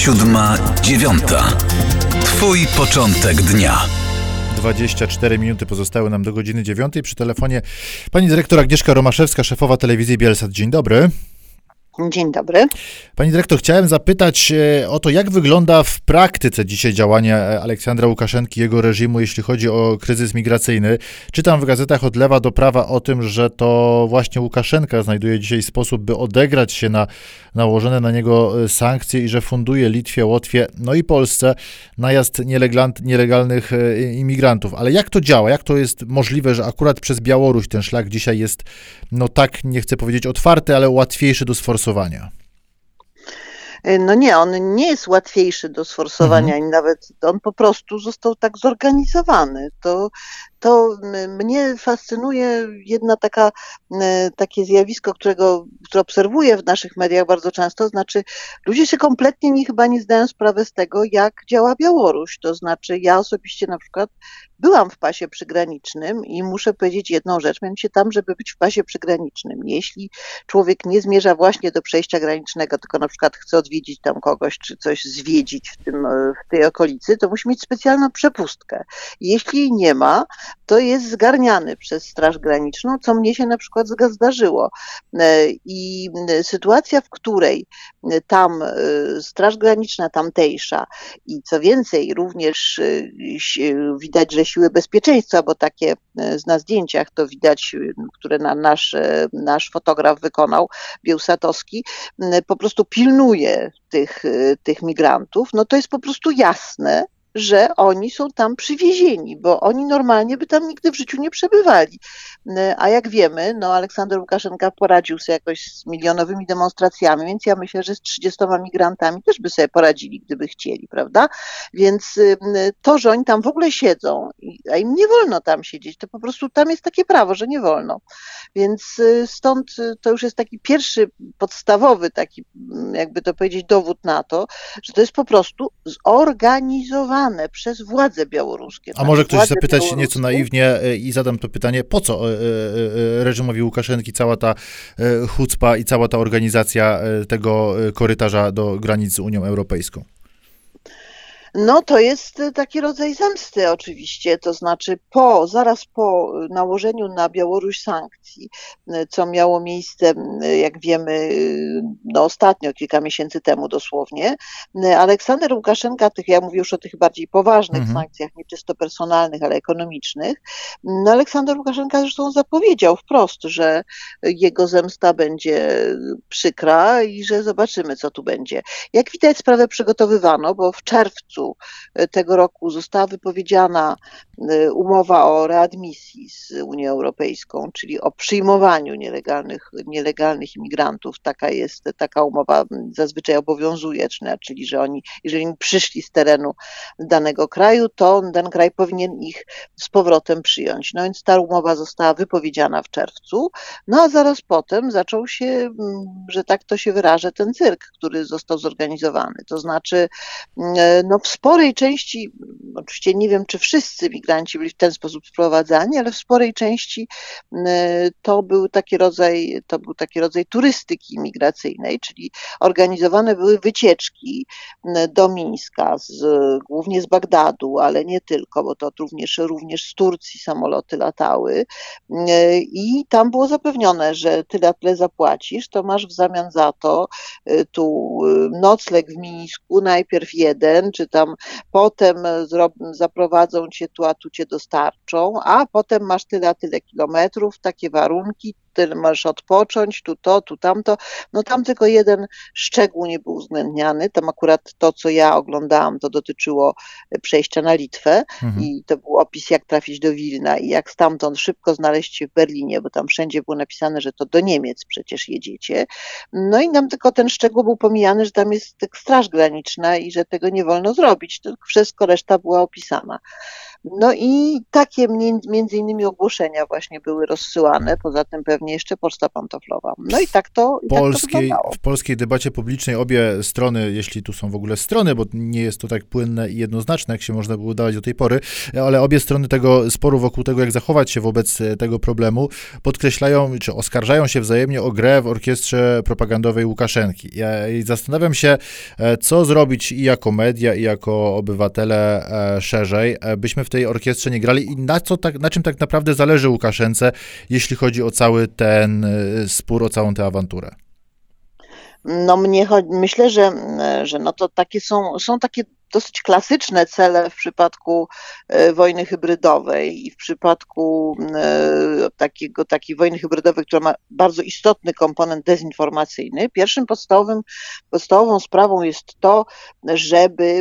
7:09. Twój początek dnia. 24 minuty pozostały nam do godziny 9. Przy telefonie pani dyrektor Agnieszka Romaszewska, szefowa telewizji Bielsat. Dzień dobry. Dzień dobry. Pani dyrektor, chciałem zapytać o to, jak wygląda w praktyce dzisiaj działanie Aleksandra Łukaszenki i jego reżimu, jeśli chodzi o kryzys migracyjny. Czytam w gazetach od lewa do prawa o tym, że to właśnie Łukaszenka znajduje dzisiaj sposób, by odegrać się na nałożone na niego sankcje i że funduje Litwie, Łotwie, no i Polsce najazd nielegalnych imigrantów. Ale jak to działa? Jak to jest możliwe, że akurat przez Białoruś ten szlak dzisiaj jest, no tak, nie chcę powiedzieć otwarty, ale łatwiejszy do sforsowania? No nie, on nie jest łatwiejszy do sforsowania i nawet on po prostu został tak zorganizowany. To mnie fascynuje takie zjawisko, które obserwuję w naszych mediach bardzo często, znaczy ludzie się kompletnie chyba nie zdają sprawy z tego, jak działa Białoruś. To znaczy ja osobiście na przykład byłam w pasie przygranicznym i muszę powiedzieć jedną rzecz, mianowicie tam, żeby być w pasie przygranicznym. Jeśli człowiek nie zmierza właśnie do przejścia granicznego, tylko na przykład chce odwiedzić tam kogoś, czy coś zwiedzić w tej okolicy, to musi mieć specjalną przepustkę. Jeśli jej nie ma, to jest zgarniany przez Straż Graniczną, co mnie się na przykład zdarzyło. I sytuacja, w której tam Straż Graniczna tamtejsza i co więcej również widać, że siły bezpieczeństwa, bo takie na zdjęciach to widać, które nasz fotograf wykonał, Bielsatowski, po prostu pilnuje tych migrantów, no to jest po prostu jasne, że oni są tam przywiezieni, bo oni normalnie by tam nigdy w życiu nie przebywali. A jak wiemy, no Aleksander Łukaszenka poradził sobie jakoś z milionowymi demonstracjami, więc ja myślę, że z 30 migrantami też by sobie poradzili, gdyby chcieli, prawda? Więc to, że oni tam w ogóle siedzą, a im nie wolno tam siedzieć, to po prostu tam jest takie prawo, że nie wolno. Więc stąd to już jest taki pierwszy, podstawowy taki, jakby to powiedzieć, dowód na to, że to jest po prostu zorganizowane przez władze białoruskie. A może ktoś zapytać nieco naiwnie i zadam to pytanie, po co reżimowi Łukaszenki cała ta chucpa i cała ta organizacja tego korytarza do granic z Unią Europejską? No to jest taki rodzaj zemsty oczywiście, to znaczy zaraz po nałożeniu na Białoruś sankcji, co miało miejsce, jak wiemy, no ostatnio, kilka miesięcy temu dosłownie, Aleksander Łukaszenka, ja mówię już o tych bardziej poważnych sankcjach, nie czysto personalnych, ale ekonomicznych, no Aleksander Łukaszenka zresztą zapowiedział wprost, że jego zemsta będzie przykra i że zobaczymy, co tu będzie. Jak widać, sprawę przygotowywano, bo w czerwcu tego roku została wypowiedziana umowa o readmisji z Unią Europejską, czyli o przyjmowaniu nielegalnych imigrantów. Taka umowa zazwyczaj obowiązuje, czyli że jeżeli oni przyszli z terenu danego kraju, to ten kraj powinien ich z powrotem przyjąć. No więc ta umowa została wypowiedziana w czerwcu, no a zaraz potem zaczął się, że tak to się wyrażę, ten cyrk, który został zorganizowany. To znaczy, no w sporej części, oczywiście nie wiem, czy wszyscy migranci byli w ten sposób sprowadzani, ale w sporej części to był taki rodzaj turystyki migracyjnej, czyli organizowane były wycieczki do Mińska, głównie z Bagdadu, ale nie tylko, bo to również z Turcji samoloty latały i tam było zapewnione, że tyle zapłacisz, to masz w zamian za to tu nocleg w Mińsku, najpierw jeden, czy tam potem zaprowadzą cię tu, a tu cię dostarczą, a potem masz tyle kilometrów, takie warunki, tyle możesz odpocząć, tu to, tu tamto. No tam tylko jeden szczegół nie był uwzględniany. Tam akurat to, co ja oglądałam, to dotyczyło przejścia na Litwę i to był opis, jak trafić do Wilna i jak stamtąd szybko znaleźć się w Berlinie, bo tam wszędzie było napisane, że to do Niemiec przecież jedziecie. No i nam tylko ten szczegół był pomijany, że tam jest Straż Graniczna i że tego nie wolno zrobić. Tylko wszystko reszta była opisana. No i takie między innymi ogłoszenia właśnie były rozsyłane, poza tym pewnie jeszcze poczta pantoflowa. No i tak to wyglądało. W polskiej debacie publicznej obie strony, jeśli tu są w ogóle strony, bo nie jest to tak płynne i jednoznaczne, jak się można było udawać do tej pory, ale obie strony tego sporu wokół tego, jak zachować się wobec tego problemu, podkreślają, czy oskarżają się wzajemnie o grę w orkiestrze propagandowej Łukaszenki. I zastanawiam się, co zrobić i jako media, i jako obywatele szerzej, byśmy w tej orkiestrze nie grali i na czym tak naprawdę zależy Łukaszence, jeśli chodzi o cały ten spór, o całą tę awanturę. No myślę, że no to takie są takie dosyć klasyczne cele w przypadku wojny hybrydowej i w przypadku takiej wojny hybrydowej, która ma bardzo istotny komponent dezinformacyjny. Pierwszym podstawową sprawą jest to, żeby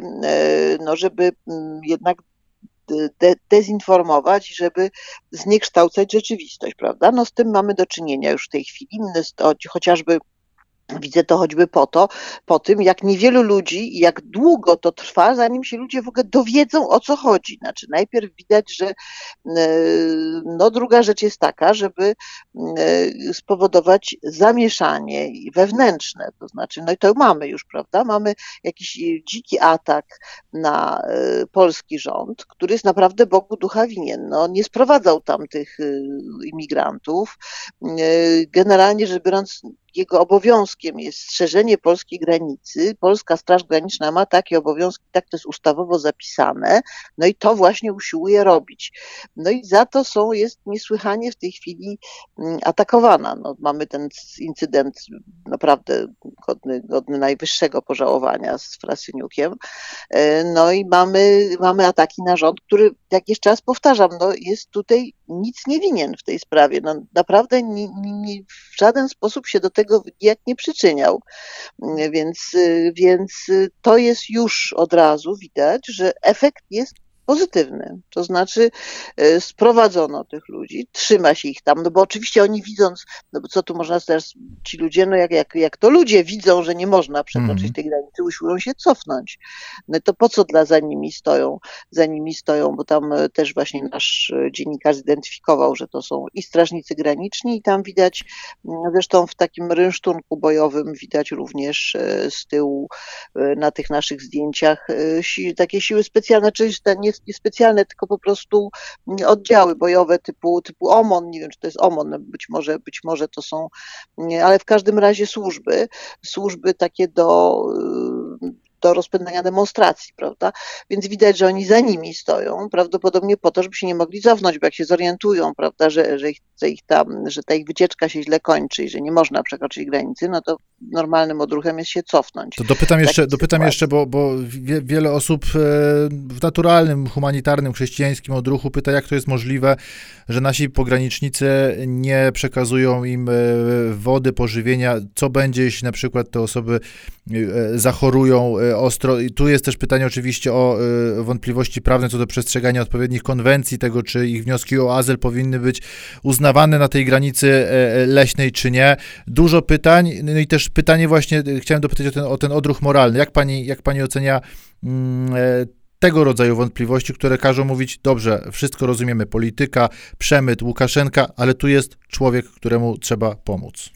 jednak dezinformować, żeby zniekształcać rzeczywistość, prawda? No z tym mamy do czynienia już w tej chwili, chociażby widzę to choćby po tym, jak niewielu ludzi i jak długo to trwa, zanim się ludzie w ogóle dowiedzą, o co chodzi. Znaczy, najpierw widać, że no druga rzecz jest taka, żeby spowodować zamieszanie wewnętrzne. To znaczy, no i to mamy już, prawda? Mamy jakiś dziki atak na polski rząd, który jest naprawdę Bogu ducha winien. No, nie sprowadzał tam tych imigrantów. Generalnie rzecz biorąc, jego obowiązkiem jest strzeżenie polskiej granicy. Polska Straż Graniczna ma takie obowiązki, tak to jest ustawowo zapisane, no i to właśnie usiłuje robić. No i za to jest niesłychanie w tej chwili atakowana. No, mamy ten incydent naprawdę godny najwyższego pożałowania z Frasyniukiem. No i mamy ataki na rząd, który, jak jeszcze raz powtarzam, no jest tutaj nic nie winien w tej sprawie. No, naprawdę w żaden sposób się do tego jak nie przyczyniał. Więc to jest już od razu widać, że efekt jest pozytywny. To znaczy sprowadzono tych ludzi, trzyma się ich tam, no bo oczywiście oni widząc, no bo co tu można teraz, ci ludzie, no jak to ludzie widzą, że nie można przekroczyć tej granicy, usiłują się cofnąć. No to po co za nimi stoją? Za nimi stoją, bo tam też właśnie nasz dziennikarz zidentyfikował, że to są i strażnicy graniczni i tam widać, zresztą w takim rynsztunku bojowym widać również z tyłu na tych naszych zdjęciach takie siły specjalne, czyli nie specjalne, tylko po prostu oddziały bojowe typu OMON, nie wiem, czy to jest OMON, być może to są, ale w każdym razie służby takie do rozpędzania demonstracji, prawda? Więc widać, że oni za nimi stoją, prawdopodobnie po to, żeby się nie mogli cofnąć, bo jak się zorientują, prawda, że ta ich wycieczka się źle kończy i że nie można przekroczyć granicy, no to normalnym odruchem jest się cofnąć. To dopytam jeszcze, bo wiele osób w naturalnym, humanitarnym, chrześcijańskim odruchu pyta, jak to jest możliwe, że nasi pogranicznicy nie przekazują im wody, pożywienia, co będzie, jeśli na przykład te osoby zachorują ostro. I tu jest też pytanie oczywiście o wątpliwości prawne co do przestrzegania odpowiednich konwencji, tego, czy ich wnioski o azyl powinny być uznawane na tej granicy leśnej, czy nie. Dużo pytań, no i też pytanie właśnie, chciałem dopytać o ten odruch moralny. Jak pani ocenia tego rodzaju wątpliwości, które każą mówić, dobrze, wszystko rozumiemy, polityka, przemyt, Łukaszenka, ale tu jest człowiek, któremu trzeba pomóc.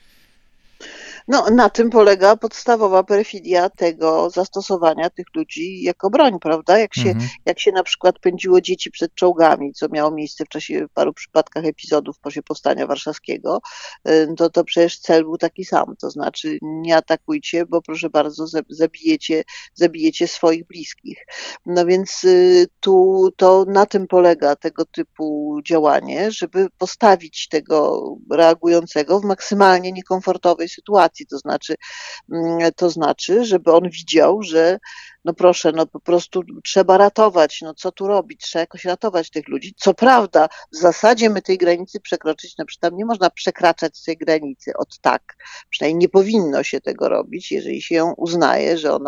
No, na tym polega podstawowa perfidia tego zastosowania tych ludzi jako broń, prawda? Jak się na przykład pędziło dzieci przed czołgami, co miało miejsce w paru przypadkach epizodów powstania warszawskiego, to przecież cel był taki sam, to znaczy nie atakujcie, bo proszę bardzo, zabijecie swoich bliskich. No więc to na tym polega tego typu działanie, żeby postawić tego reagującego w maksymalnie niekomfortowej sytuacji. To znaczy, żeby on widział, że no proszę, no po prostu trzeba ratować, no co tu robić, trzeba jakoś ratować tych ludzi. Co prawda, w zasadzie my tej granicy przekroczyć, na przykład nie można przekraczać tej granicy od tak, przynajmniej nie powinno się tego robić, jeżeli się ją uznaje, że ona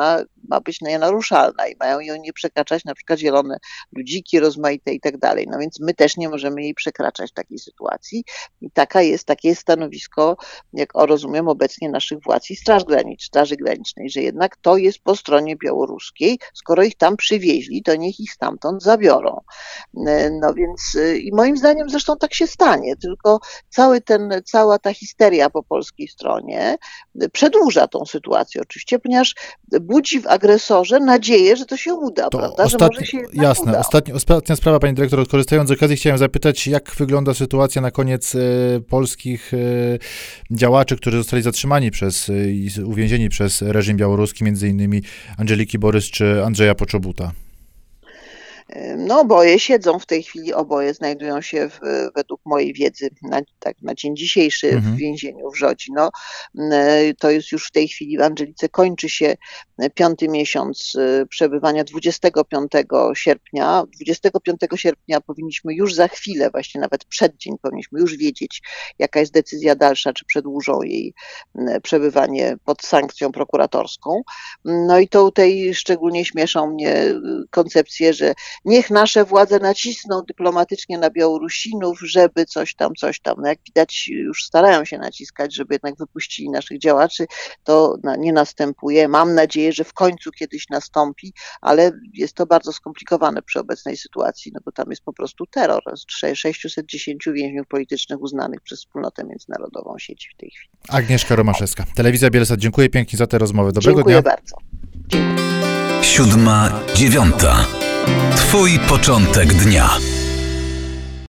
ma być nienaruszalna i mają ją nie przekraczać na przykład zielone ludziki rozmaite i tak dalej. No więc my też nie możemy jej przekraczać w takiej sytuacji i takie jest stanowisko, jak rozumiem, obecnie naszych władz i Straży Granicznej, że jednak to jest po stronie białoruskiej. Skoro ich tam przywieźli, to niech ich stamtąd zabiorą. No więc i moim zdaniem zresztą tak się stanie, tylko cała ta histeria po polskiej stronie przedłuża tą sytuację oczywiście, ponieważ budzi w agresorze nadzieję, że to się uda, prawda? Że może się jasne. uda. Ostatnia sprawa, pani dyrektor, korzystając z okazji chciałem zapytać, jak wygląda sytuacja na koniec polskich działaczy, którzy zostali zatrzymani i uwięzieni przez reżim białoruski, między innymi Andżeliki Borys czy Andrzeja Poczobuta. No oboje siedzą w tej chwili, oboje znajdują się według mojej wiedzy na dzień dzisiejszy w więzieniu w Żodzi. No, to jest już w tej chwili w Andżelice kończy się 5. miesiąc przebywania 25 sierpnia. 25 sierpnia powinniśmy już za chwilę, właśnie nawet przed dzień powinniśmy już wiedzieć, jaka jest decyzja dalsza, czy przedłużą jej przebywanie pod sankcją prokuratorską. No i to tutaj szczególnie śmieszą mnie koncepcje, że niech nasze władze nacisną dyplomatycznie na Białorusinów, żeby coś tam. No jak widać, już starają się naciskać, żeby jednak wypuścili naszych działaczy. To nie następuje. Mam nadzieję, że w końcu kiedyś nastąpi, ale jest to bardzo skomplikowane przy obecnej sytuacji, no bo tam jest po prostu terror. 610 więźniów politycznych uznanych przez wspólnotę międzynarodową siedzi w tej chwili. Agnieszka Romaszewska, Telewizja Bielsat. Dziękuję pięknie za tę rozmowę. Dobrego Dziękuję dnia. bardzo. Dziękuję. 7:09. Twój początek dnia.